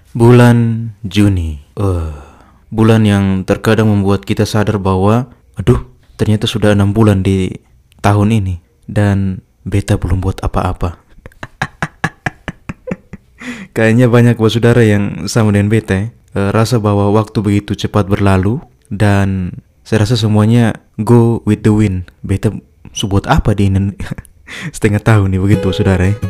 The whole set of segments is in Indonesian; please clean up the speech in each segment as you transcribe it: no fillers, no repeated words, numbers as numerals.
Bulan Juni. Bulan yang terkadang membuat kita sadar bahwa ternyata sudah 6 bulan di tahun ini dan beta belum buat apa-apa. Kayaknya banyak saudara yang sama dengan beta ya. Rasa bahwa waktu begitu cepat berlalu dan saya rasa semuanya go with the wind. Beta buat apa di setengah tahun nih begitu saudara ya.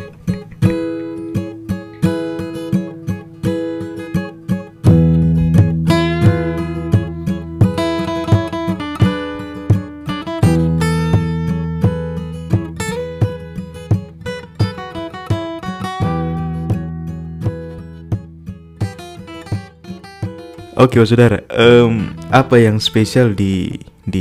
Oke, saudara, apa yang spesial di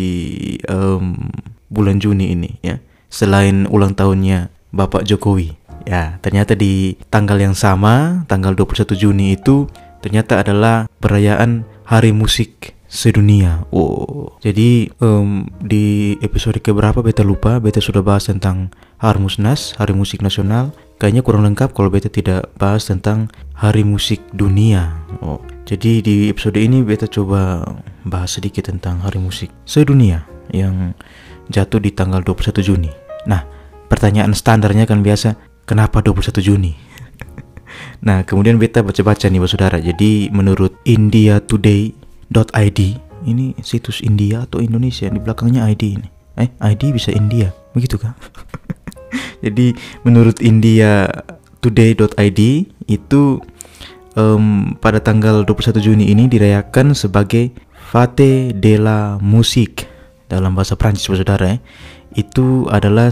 bulan Juni ini ya? Selain ulang tahunnya Bapak Jokowi, ya ternyata di tanggal yang sama, tanggal 21 Juni itu ternyata adalah perayaan Hari Musik Sedunia. Jadi di episode keberapa beta lupa, beta sudah bahas tentang Harmusnas, Hari Musik Nasional. Kayaknya kurang lengkap kalau beta tidak bahas tentang Hari Musik Dunia. Jadi di episode ini beta coba bahas sedikit tentang Hari Musik Sedunia yang jatuh di tanggal 21 Juni. Nah, pertanyaan standarnya kan biasa, kenapa 21 Juni? Nah, kemudian beta baca-baca nih saudara. Jadi menurut indiatoday.id, ini situs India atau Indonesia, di belakangnya ID ini. ID bisa India, begitu kah? Jadi menurut indiatoday.id itu pada tanggal 21 Juni ini dirayakan sebagai Fête de la Musique dalam bahasa Prancis saudara ya. Itu adalah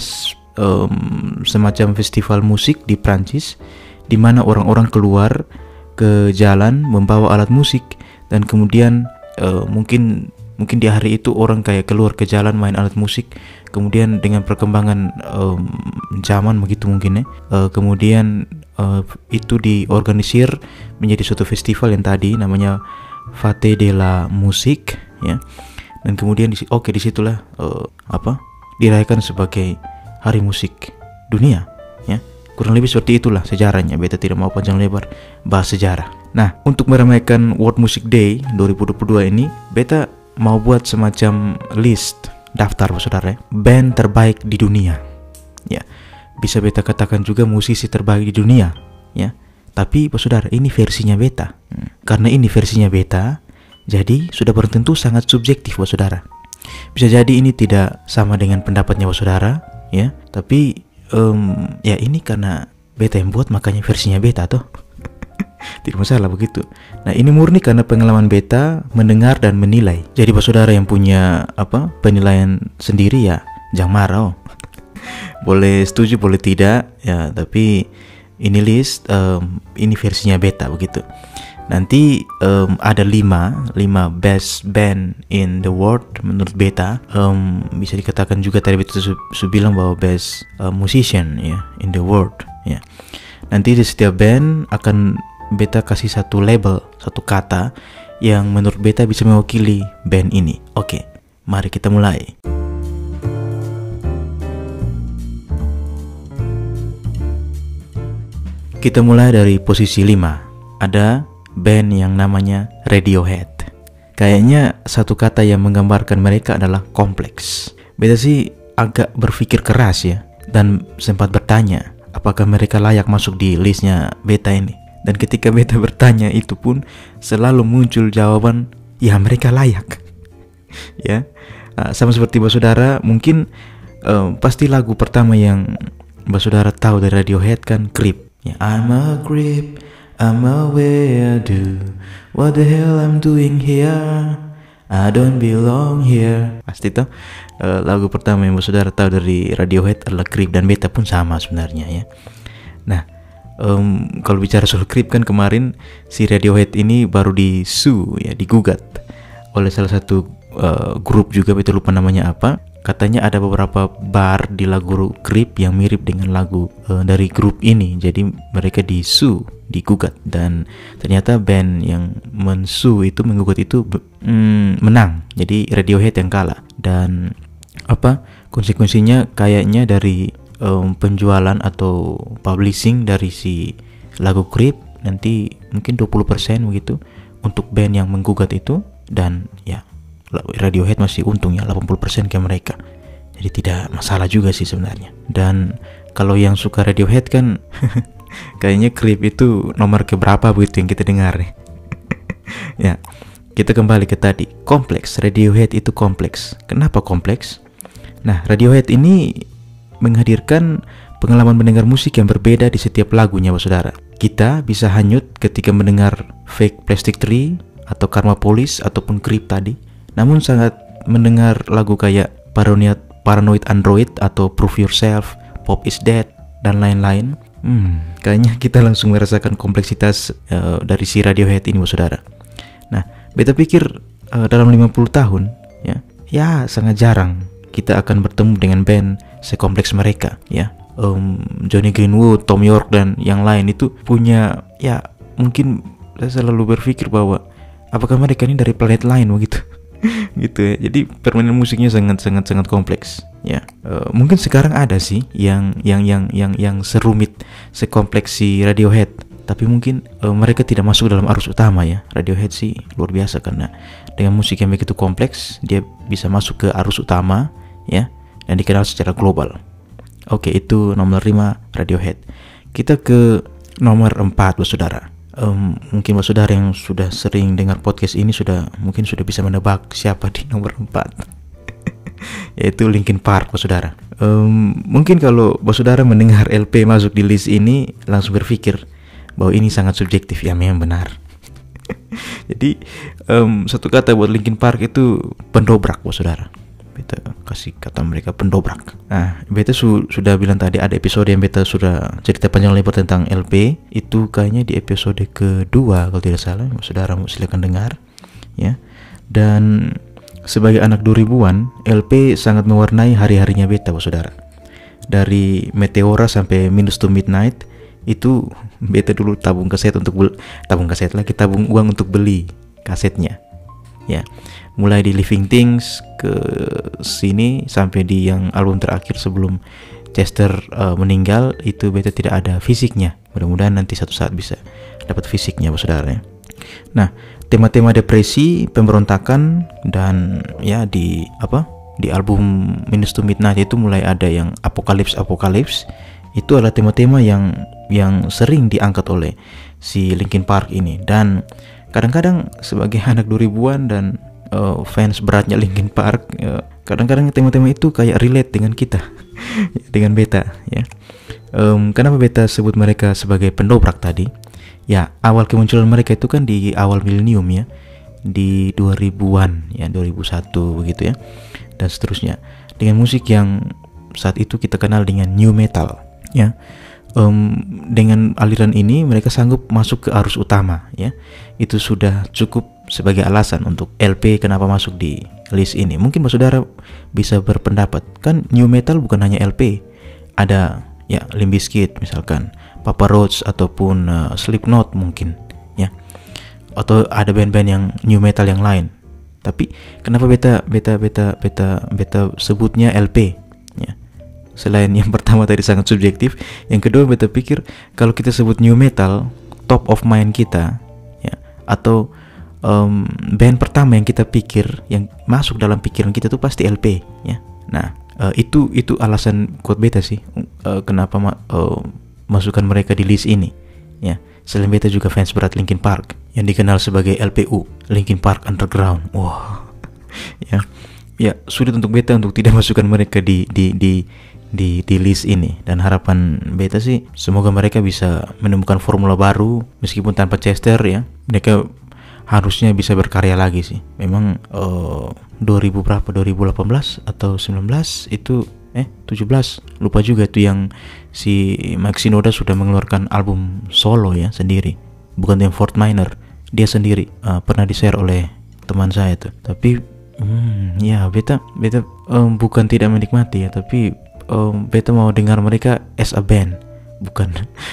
semacam festival musik di Prancis di mana orang-orang keluar ke jalan membawa alat musik dan kemudian mungkin di hari itu orang kayak keluar ke jalan main alat musik. Kemudian dengan perkembangan zaman begitu mungkin ya, kemudian itu diorganisir menjadi suatu festival yang tadi namanya Fête de la Musique ya. Dan kemudian disitulah dirayakan sebagai Hari Musik Dunia ya. Kurang lebih seperti itulah sejarahnya. Beta tidak mau panjang lebar bahas sejarah. Nah, untuk meramaikan World Music Day 2022 ini, beta mau buat semacam list, daftar saudara ya, band terbaik di dunia ya. Bisa beta katakan juga musisi terbaik di dunia ya. Tapi saudara, ini versinya beta. Karena ini versinya beta, jadi sudah tentu sangat subjektif saudara. Bisa jadi ini tidak sama dengan pendapatnya saudara ya. Tapi ya ini karena beta yang buat, makanya versinya beta toh. Tidak masalah begitu. Nah, ini murni karena pengalaman beta mendengar dan menilai. Jadi saudara yang punya penilaian sendiri ya jangan marah. Boleh setuju boleh tidak ya, tapi ini list, ini versinya beta begitu. Nanti ada 5 best band in the world menurut beta. Bisa dikatakan juga tadi beta sudah bilang bahwa best musician ya in the world ya. Nanti di setiap band akan beta kasih satu label, satu kata yang menurut beta bisa mewakili band ini. Oke, mari kita mulai. Kita mulai dari posisi 5. Ada band yang namanya Radiohead. Kayaknya satu kata yang menggambarkan mereka adalah kompleks. Beta sih agak berpikir keras ya, dan sempat bertanya apakah mereka layak masuk di listnya beta ini. Dan ketika beta bertanya itu pun selalu muncul jawaban, ya mereka layak. Ya, sama seperti saudara, mungkin pasti lagu pertama yang saudara tahu dari Radiohead kan Creep. Ya, I'm a creep, I'm a weirdo, what the hell I'm doing here, I don't belong here. Pasti tuh lagu pertama yang saudara tahu dari Radiohead adalah Creep, dan beta pun sama sebenarnya ya. Nah, kalau bicara soal Creep kan kemarin si Radiohead ini baru digugat oleh salah satu grup juga, beta lupa namanya apa. Katanya ada beberapa bar di lagu Creep yang mirip dengan lagu dari grup ini. Jadi mereka digugat, dan ternyata band yang menggugat itu menang. Jadi Radiohead yang kalah. Dan konsekuensinya kayaknya dari penjualan atau publishing dari si lagu Creep nanti mungkin 20% begitu untuk band yang menggugat itu, dan ya Radiohead masih untung ya 80% ke mereka. Jadi tidak masalah juga sih sebenarnya. Dan kalau yang suka Radiohead kan kayaknya klip itu nomor keberapa begitu yang kita dengar nih. Ya, kita kembali ke tadi. Kompleks, Radiohead itu kompleks. Kenapa kompleks? Nah, Radiohead ini menghadirkan pengalaman mendengar musik yang berbeda di setiap lagunya, saudara. Kita bisa hanyut ketika mendengar Fake Plastic Tree atau Karma Police ataupun Creep tadi. Namun saat mendengar lagu kayak Paranoid Android atau Prove Yourself, Pop Is Dead, dan lain-lain, kayaknya kita langsung merasakan kompleksitas dari si Radiohead ini, saudara. Nah, beta pikir dalam 50 tahun ya sangat jarang kita akan bertemu dengan band sekompleks mereka, ya. Johnny Greenwood, Tom York, dan yang lain itu punya, ya mungkin saya selalu berpikir bahwa apakah mereka ini dari planet lain begitu. Gitu ya. Jadi permainan musiknya sangat kompleks, ya. Mungkin sekarang ada sih yang serumit sekompleks si Radiohead, tapi mungkin mereka tidak masuk dalam arus utama ya. Radiohead sih luar biasa karena dengan musik yang begitu kompleks dia bisa masuk ke arus utama, ya, dan dikenal secara global. Oke, itu nomor 5 Radiohead. Kita ke nomor 4, saudara. Mungkin saudara yang sudah sering dengar podcast ini mungkin sudah bisa menebak siapa di nomor 4. Yaitu Linkin Park, saudara. Mungkin kalau saudara mendengar LP masuk di list ini langsung berpikir bahwa ini sangat subjektif, ya memang benar. Jadi satu kata buat Linkin Park itu pendobrak, saudara. Beta kasih kata mereka pendobrak. Nah, beta sudah bilang tadi ada episode yang beta sudah cerita panjang lebar tentang LP. Itu kayaknya di episode kedua kalau tidak salah. Saudara silakan dengar, ya. Dan sebagai anak 2000-an, LP sangat mewarnai hari-harinya beta, saudara. Dari Meteora sampai Minutes to Midnight itu beta dulu tabung uang untuk beli kasetnya, ya. Mulai di Living Things ke sini sampai di yang album terakhir sebelum Chester meninggal, itu beta tidak ada fisiknya. Mudah-mudahan nanti satu saat bisa dapat fisiknya, saudara. Nah, tema-tema depresi, pemberontakan, dan ya di album Minutes to Midnight itu mulai ada yang apokalips. Itu adalah tema-tema yang sering diangkat oleh si Linkin Park ini. Dan kadang-kadang sebagai anak 2000-an dan fans beratnya Linkin Park, kadang-kadang tema-tema itu kayak relate dengan kita, dengan beta, ya. Kenapa beta sebut mereka sebagai pendobrak tadi? Ya, awal kemunculan mereka itu kan di awal milenium, ya, di 2000-an, ya, 2001 begitu, ya, dan seterusnya. Dengan musik yang saat itu kita kenal dengan new metal, ya. Dengan aliran ini mereka sanggup masuk ke arus utama, ya. Itu sudah cukup sebagai alasan untuk LP kenapa masuk di list ini. Mungkin saudara bisa berpendapat, kan new metal bukan hanya LP, ada ya Limp Bizkit misalkan, Papa Roach ataupun Slipknot mungkin, ya, atau ada band-band yang new metal yang lain. Tapi kenapa beta sebutnya LP, ya? Selain yang pertama tadi sangat subjektif, yang kedua beta pikir kalau kita sebut new metal, top of mind kita, ya, atau band pertama yang kita pikir, yang masuk dalam pikiran kita tuh pasti LP, ya. Nah, itu alasan kuat beta sih kenapa masukkan mereka di list ini, ya. Selain beta juga fans berat Linkin Park yang dikenal sebagai LPU, Linkin Park Underground. Wah, ya sulit untuk beta untuk tidak masukkan mereka di list ini. Dan harapan beta sih semoga mereka bisa menemukan formula baru meskipun tanpa Chester, ya. Mereka harusnya bisa berkarya lagi sih. Memang 2018 atau 19 itu 17, lupa juga itu yang si Mike Shinoda sudah mengeluarkan album solo, ya, sendiri, bukan yang Fort Minor, dia sendiri. Pernah di-share oleh teman saya tuh. Tapi ya beta bukan tidak menikmati, ya, tapi beta mau dengar mereka as a band, bukan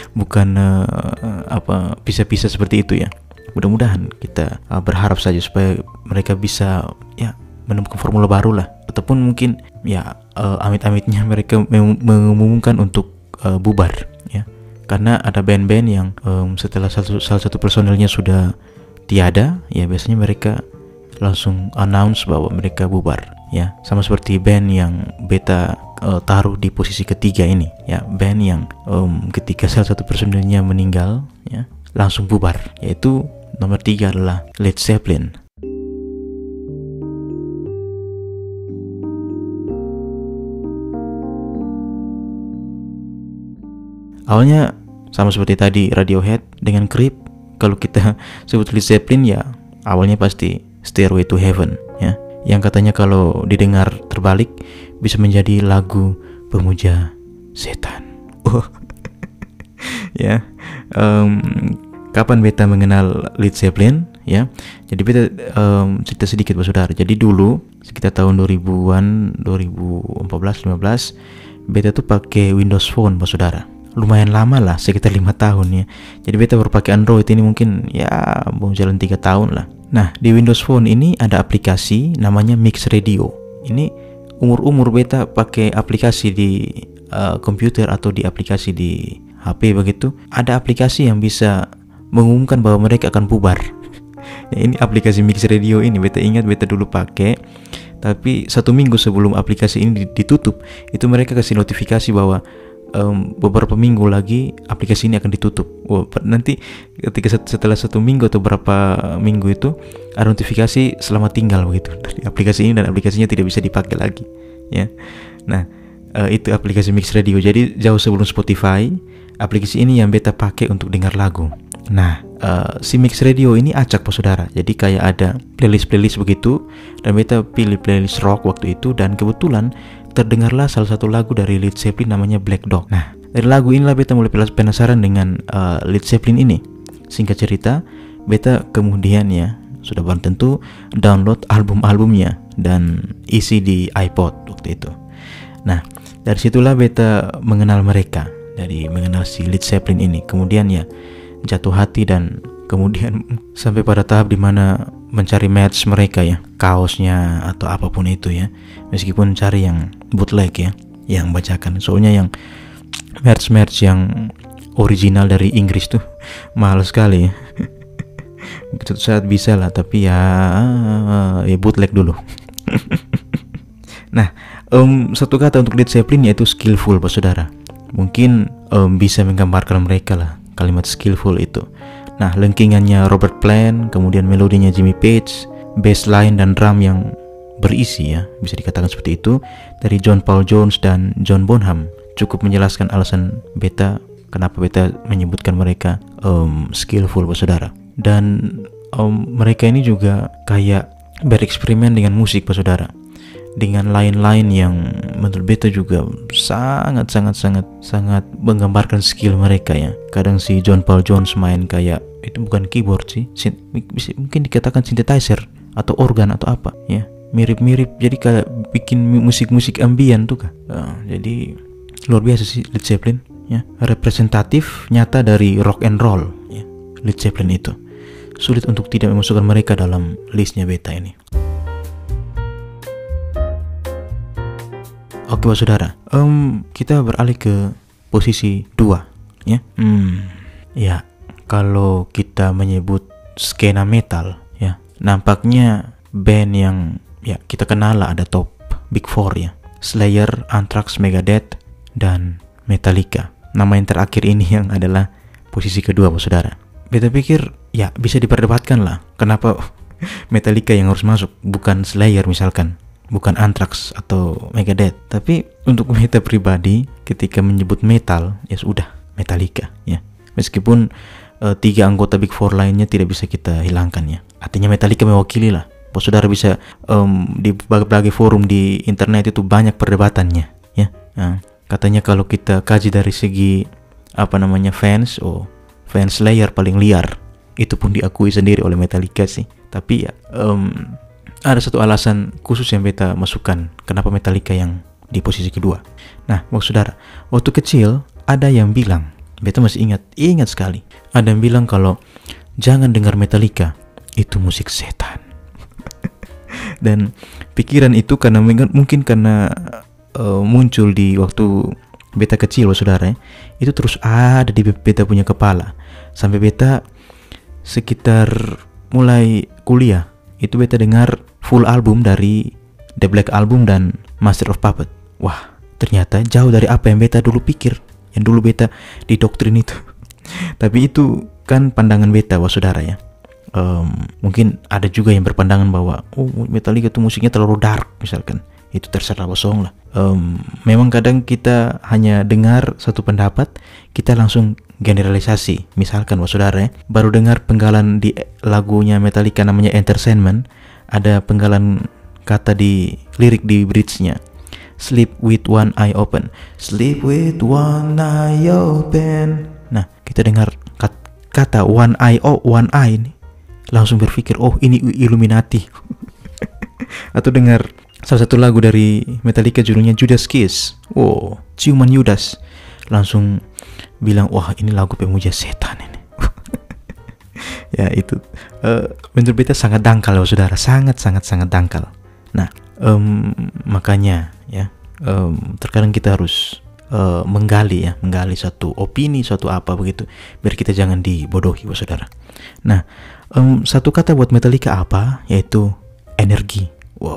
pisah-pisah seperti itu, ya. Mudah-mudahan kita berharap saja supaya mereka bisa, ya, menemukan formula baru lah, ataupun mungkin, ya, amit-amitnya mereka mengumumkan untuk bubar, ya, Karena ada band-band yang setelah salah satu personelnya sudah tiada, ya biasanya mereka langsung announce bahwa mereka bubar, ya. Sama seperti band yang beta taruh di posisi ketiga ini, ya, band yang ketika salah satu personelnya meninggal, ya, langsung bubar, yaitu nomor 3 adalah Led Zeppelin. Awalnya sama seperti tadi Radiohead dengan Creep. Kalau kita sebut Led Zeppelin, ya awalnya pasti Stairway to Heaven, ya, yang katanya kalau didengar terbalik bisa menjadi lagu pemuja setan. Ya, kapan beta mengenal Led Zeppelin, ya? Jadi beta cerita sedikit, Pak Saudara. Jadi dulu sekitar tahun 2000-an, 2014-15, beta tuh pakai Windows Phone, Pak Saudara. Lumayan lama lah, sekitar 5 tahun, ya. Jadi beta baru pakai Android ini mungkin ya mau jalan 3 tahun lah. Nah, di Windows Phone ini ada aplikasi namanya Mix Radio. Ini umur beta pakai aplikasi di komputer atau di aplikasi di HP begitu. Ada aplikasi yang bisa mengumumkan bahwa mereka akan bubar. Ya, ini aplikasi Mix Radio ini beta ingat beta dulu pakai. Tapi 1 minggu sebelum aplikasi ini ditutup, itu mereka kasih notifikasi bahwa beberapa minggu lagi aplikasi ini akan ditutup. Nanti ketika setelah 1 minggu atau berapa minggu itu ada notifikasi selamat tinggal begitu dari aplikasi ini, dan aplikasinya tidak bisa dipakai lagi, ya. Nah, itu aplikasi Mix Radio. Jadi jauh sebelum Spotify, aplikasi ini yang beta pakai untuk dengar lagu. Nah, si Mix Radio ini acak, Pak Saudara. Jadi kayak ada playlist begitu, dan beta pilih playlist rock waktu itu, dan kebetulan terdengarlah salah satu lagu dari Led Zeppelin namanya Black Dog. Nah, dari lagu inilah beta mulai penasaran dengan Led Zeppelin ini. Singkat cerita, beta kemudian, ya, sudah barang tentu download album-albumnya dan isi di iPod waktu itu. Nah, dari situlah beta mengenal mereka, dari mengenal si Led Zeppelin ini. Kemudian ya jatuh hati, dan kemudian sampai pada tahap dimana mencari merch mereka, ya, kaosnya atau apapun itu, ya, meskipun cari yang bootleg, ya, yang bacakan. Soalnya yang merch yang original dari Inggris tuh mahal sekali, ya. Suatu saat bisa lah, tapi ya bootleg dulu. Nah, satu kata untuk Led Zeppelin yaitu skillful, Pak Saudara. Mungkin bisa menggambarkan mereka lah kalimat skillful itu. Nah, lengkingannya Robert Plant, kemudian melodinya Jimmy Page, bass line dan drum yang berisi, ya, bisa dikatakan seperti itu, dari John Paul Jones dan John Bonham, cukup menjelaskan alasan beta kenapa beta menyebutkan mereka skillful, Pak Saudara. Dan mereka ini juga kayak bereksperimen dengan musik, Pak Saudara, dengan line-line yang menurut beta juga sangat menggambarkan skill mereka, ya. Kadang si John Paul Jones main kayak itu bukan keyboard sih, mungkin dikatakan synthesizer atau organ atau apa, ya, mirip-mirip. Jadi kayak bikin musik ambient tuh, kan. Jadi luar biasa sih Led Zeppelin, ya, representatif nyata dari rock and roll, ya, Led Zeppelin itu. Sulit untuk tidak memasukkan mereka dalam listnya beta ini. Oke, Pak Saudara, kita beralih ke posisi 2, ya. Ya, kalau kita menyebut skena metal, ya, nampaknya band yang, ya, kita kenal lah, ada top Big Four, ya, Slayer, Anthrax, Megadeth, dan Metallica. Nama yang terakhir ini yang adalah posisi kedua, Pak Saudara. Beta pikir, ya, bisa diperdebatkan lah kenapa Metallica yang harus masuk, bukan Slayer misalkan, bukan Anthrax atau Megadeth. Tapi untuk beta pribadi, ketika menyebut metal, ya sudah Metallica, ya. Meskipun 3 anggota Big Four lainnya tidak bisa kita hilangkan, ya. Artinya Metallica mewakili lah. Pak Saudara bisa di berbagai forum di internet itu banyak perdebatannya, ya. Nah, katanya kalau kita kaji dari segi fans Slayer paling liar, itu pun diakui sendiri oleh Metallica sih. Tapi ya ada satu alasan khusus yang beta masukkan kenapa Metallica yang di posisi kedua. Nah, Pak Saudara, waktu kecil ada yang bilang, beta masih ingat sekali, ada yang bilang kalau jangan dengar Metallica, itu musik setan. Dan pikiran itu mungkin karena muncul di waktu beta kecil saudara ya, itu terus ada di beta punya kepala sampai beta sekitar mulai kuliah itu beta dengar full album dari The Black Album dan Master of Puppets. Wah, ternyata jauh dari apa yang beta dulu pikir, yang dulu beta didoktrin itu. Tapi itu kan pandangan beta saudara ya. Mungkin ada juga yang berpandangan bahwa Metallica itu musiknya terlalu dark misalkan. Itu terserah bosong lah. Memang kadang kita hanya dengar satu pendapat, kita langsung generalisasi. Misalkan saudara ya, baru dengar penggalan di lagunya Metallica namanya Entertainment, ada penggalan kata di lirik di bridge-nya, sleep with one eye open, sleep with one eye open. Nah, kita dengar kata one eye ini, langsung berpikir ini Illuminati. Atau dengar salah satu lagu dari Metallica judulnya Judas Kiss, ciuman Yudas, langsung bilang wah ini lagu pemuja setan ini. Ya itu menurut beta sangat dangkal saudara, sangat dangkal. Nah makanya ya terkadang kita harus menggali suatu opini, suatu apa begitu, biar kita jangan dibodohi saudara. Nah satu kata buat Metallica apa, yaitu energi.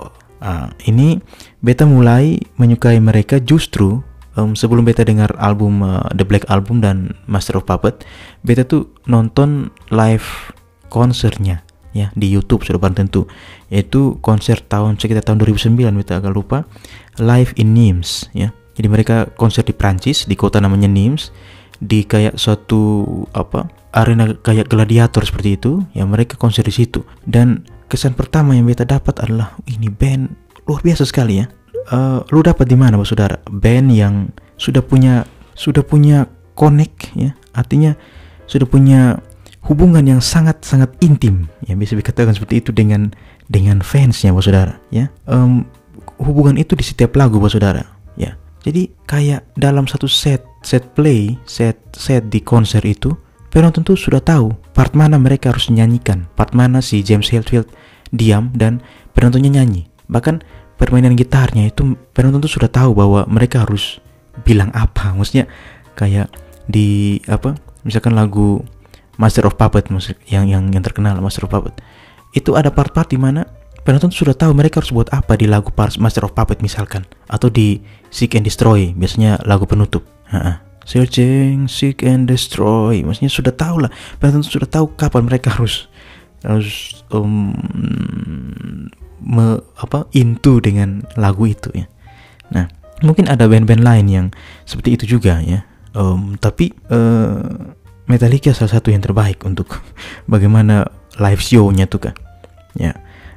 Ini beta mulai menyukai mereka justru sebelum beta dengar album The Black Album dan Master of Puppets. Beta tuh nonton live konsernya ya di YouTube sudah barang tentu, yaitu konser sekitar tahun 2009, beta agak lupa, live in Nimes ya. Jadi mereka konser di Prancis, di kota namanya Nimes, di kayak suatu arena kayak gladiator seperti itu ya. Mereka konser di situ, dan kesan pertama yang beta dapat adalah ini band luar biasa sekali ya. Lu dapat di mana saudara? Band yang sudah punya connect ya, artinya sudah punya hubungan yang sangat intim ya, bisa dikatakan seperti itu dengan fansnya saudara ya. Hubungan itu di setiap lagu saudara ya. Jadi kayak dalam satu set di konser itu, penonton tuh sudah tahu part mana mereka harus nyanyikan, part mana si James Hetfield diam dan penontonnya nyanyi. Bahkan permainan gitarnya itu penonton tuh sudah tahu bahwa mereka harus bilang apa. Maksudnya kayak di misalkan lagu Master of Puppets, yang terkenal Master of Puppets, itu ada part-part di mana penonton tuh sudah tahu mereka harus buat apa di lagu Master of Puppets misalkan, atau di Seek and Destroy, biasanya lagu penutup. Searching, Seek and Destroy, maksudnya sudah tahu lah, penonton sudah tahu kapan mereka harus into dengan lagu itu ya. Nah, mungkin ada band-band lain yang seperti itu juga ya. Tapi Metallica salah satu yang terbaik untuk bagaimana live show-nya tuh kan. Ya,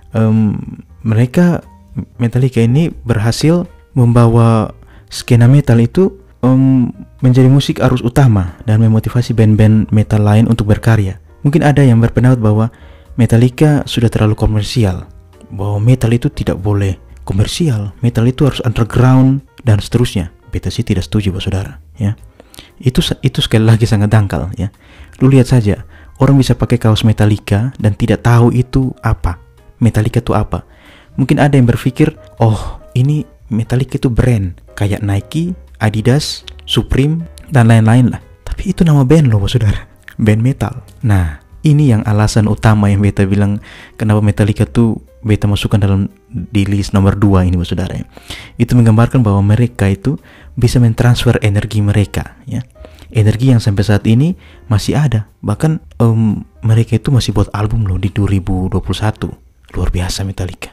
Metallica ini berhasil membawa skena metal itu menjadi musik arus utama dan memotivasi band-band metal lain untuk berkarya. Mungkin ada yang berpendapat bahwa Metallica sudah terlalu komersial, bahwa metal itu tidak boleh komersial, metal itu harus underground dan seterusnya. Beta sih tidak setuju saudara ya. Itu sekali lagi sangat dangkal ya. Lu lihat saja, orang bisa pakai kaos Metallica dan tidak tahu itu apa, Metallica itu apa. Mungkin ada yang berpikir, ini Metallica itu brand kayak Nike, Adidas, Supreme dan lain-lain lah. Tapi itu nama band loh saudara, band metal. Nah, ini yang alasan utama yang beta bilang kenapa Metallica tuh beta masukkan di list nomor 2 ini saudara ya. Itu menggambarkan bahwa mereka itu bisa mentransfer energi mereka ya. Energi yang sampai saat ini masih ada. Bahkan mereka itu masih buat album loh di 2021. Luar biasa Metallica.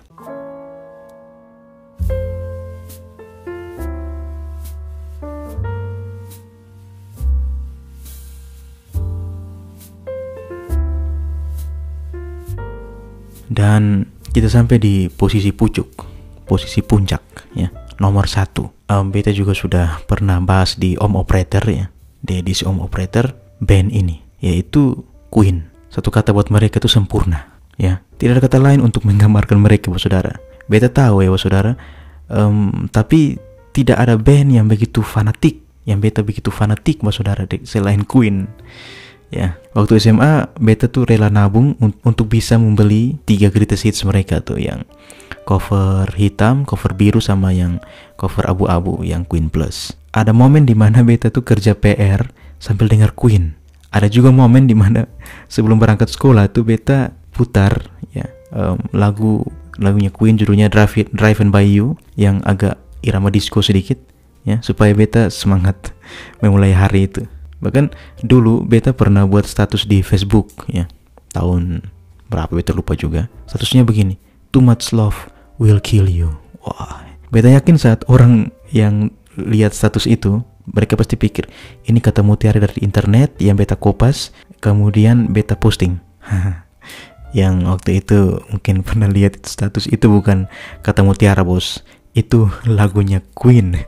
Dan kita sampai di posisi puncak ya, nomor 1. Beta juga sudah pernah bahas di Om Operator ya, di edisi Om Operator band ini, yaitu Queen. Satu kata buat mereka itu sempurna ya. Tidak ada kata lain untuk menggambarkan mereka saudara. Beta tahu ya saudara, tapi tidak ada band yang begitu fanatik, yang beta begitu fanatik saudara selain Queen. Ya, waktu SMA beta tuh rela nabung untuk bisa membeli 3 greatest hits mereka tuh, yang cover hitam, cover biru, sama yang cover abu-abu yang Queen Plus. Ada momen dimana beta tuh kerja PR sambil dengar Queen. Ada juga momen dimana sebelum berangkat sekolah tuh beta putar ya lagunya Queen, judulnya Driven by You, yang agak irama disco sedikit ya, supaya beta semangat memulai hari itu. Bahkan dulu beta pernah buat status di Facebook ya, tahun berapa beta lupa juga. Statusnya begini, "Too much love will kill you." Wah, beta yakin saat orang yang lihat status itu, mereka pasti pikir ini kata mutiara dari internet yang beta kopas kemudian beta posting. Yang waktu itu mungkin pernah lihat status itu bukan kata mutiara, bos, itu lagunya Queen.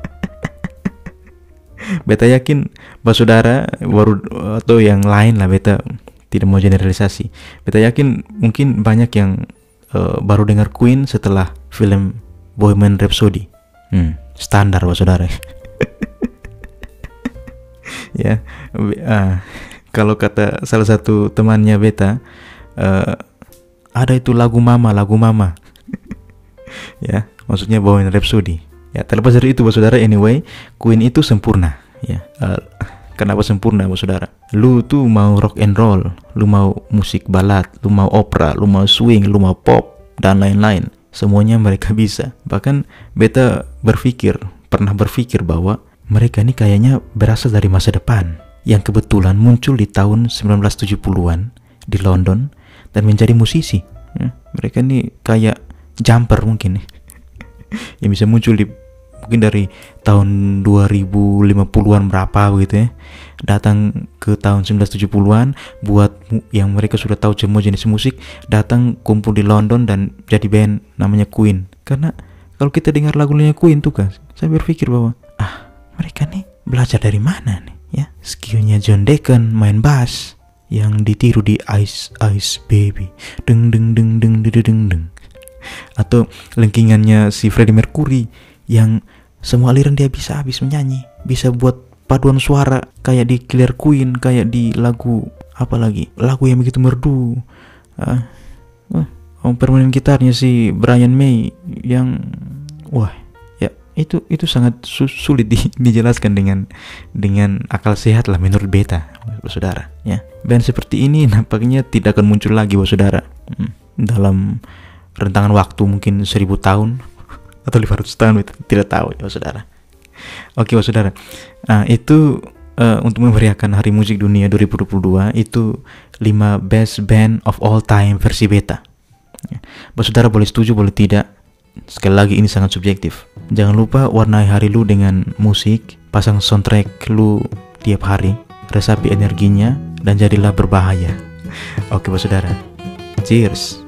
Beta yakin saudara baru atau yang lain lah, beta tidak mau generalisasi. Beta yakin mungkin banyak yang baru dengar Queen setelah film Bohemian Rhapsody. Standar saudara. Ya, kalau kata salah satu temannya beta, ada itu lagu mama. Ya, maksudnya Bohemian Rhapsody. Ya, terlepas dari itu saudara, anyway, Queen itu sempurna ya. Kenapa sempurna saudara? Lu tuh mau rock and roll, lu mau musik balad, lu mau opera, lu mau swing, lu mau pop dan lain-lain, semuanya mereka bisa. Bahkan beta pernah berpikir bahwa mereka ini kayaknya berasal dari masa depan yang kebetulan muncul di tahun 1970-an di London dan menjadi musisi. Mereka ini kayak jumper mungkin yang bisa muncul mungkin dari tahun 2050-an berapa gitu ya, datang ke tahun 1970-an buat yang mereka sudah tahu semua jenis musik, datang kumpul di London dan jadi band namanya Queen. Karena kalau kita dengar lagunya Queen tuh kan, saya berpikir bahwa mereka nih belajar dari mana nih ya. Skillnya John Deacon main bass yang ditiru di Ice Ice Baby, deng deng deng deng deng deng deng, atau lengkingannya si Freddie Mercury yang semua aliran dia bisa habis menyanyi, bisa buat paduan suara kayak di Killer Queen, kayak di lagu apa lagi, lagu yang begitu merdu. Permainan gitarnya si Brian May yang ya itu sangat sulit dijelaskan dengan akal sehat lah menurut beta saudara ya. Band seperti ini nampaknya tidak akan muncul lagi saudara dalam rentangan waktu mungkin 1000 tahun atau 500 tahun, tidak tahu ya saudara. Oke saudara, itu untuk memeriahkan Hari Musik Dunia 2022 itu 5 best band of all time versi beta. Saudara boleh setuju boleh tidak, sekali lagi ini sangat subjektif. Jangan lupa warnai hari lu dengan musik, pasang soundtrack lu tiap hari, resapi energinya dan jadilah berbahaya. Oke saudara, cheers.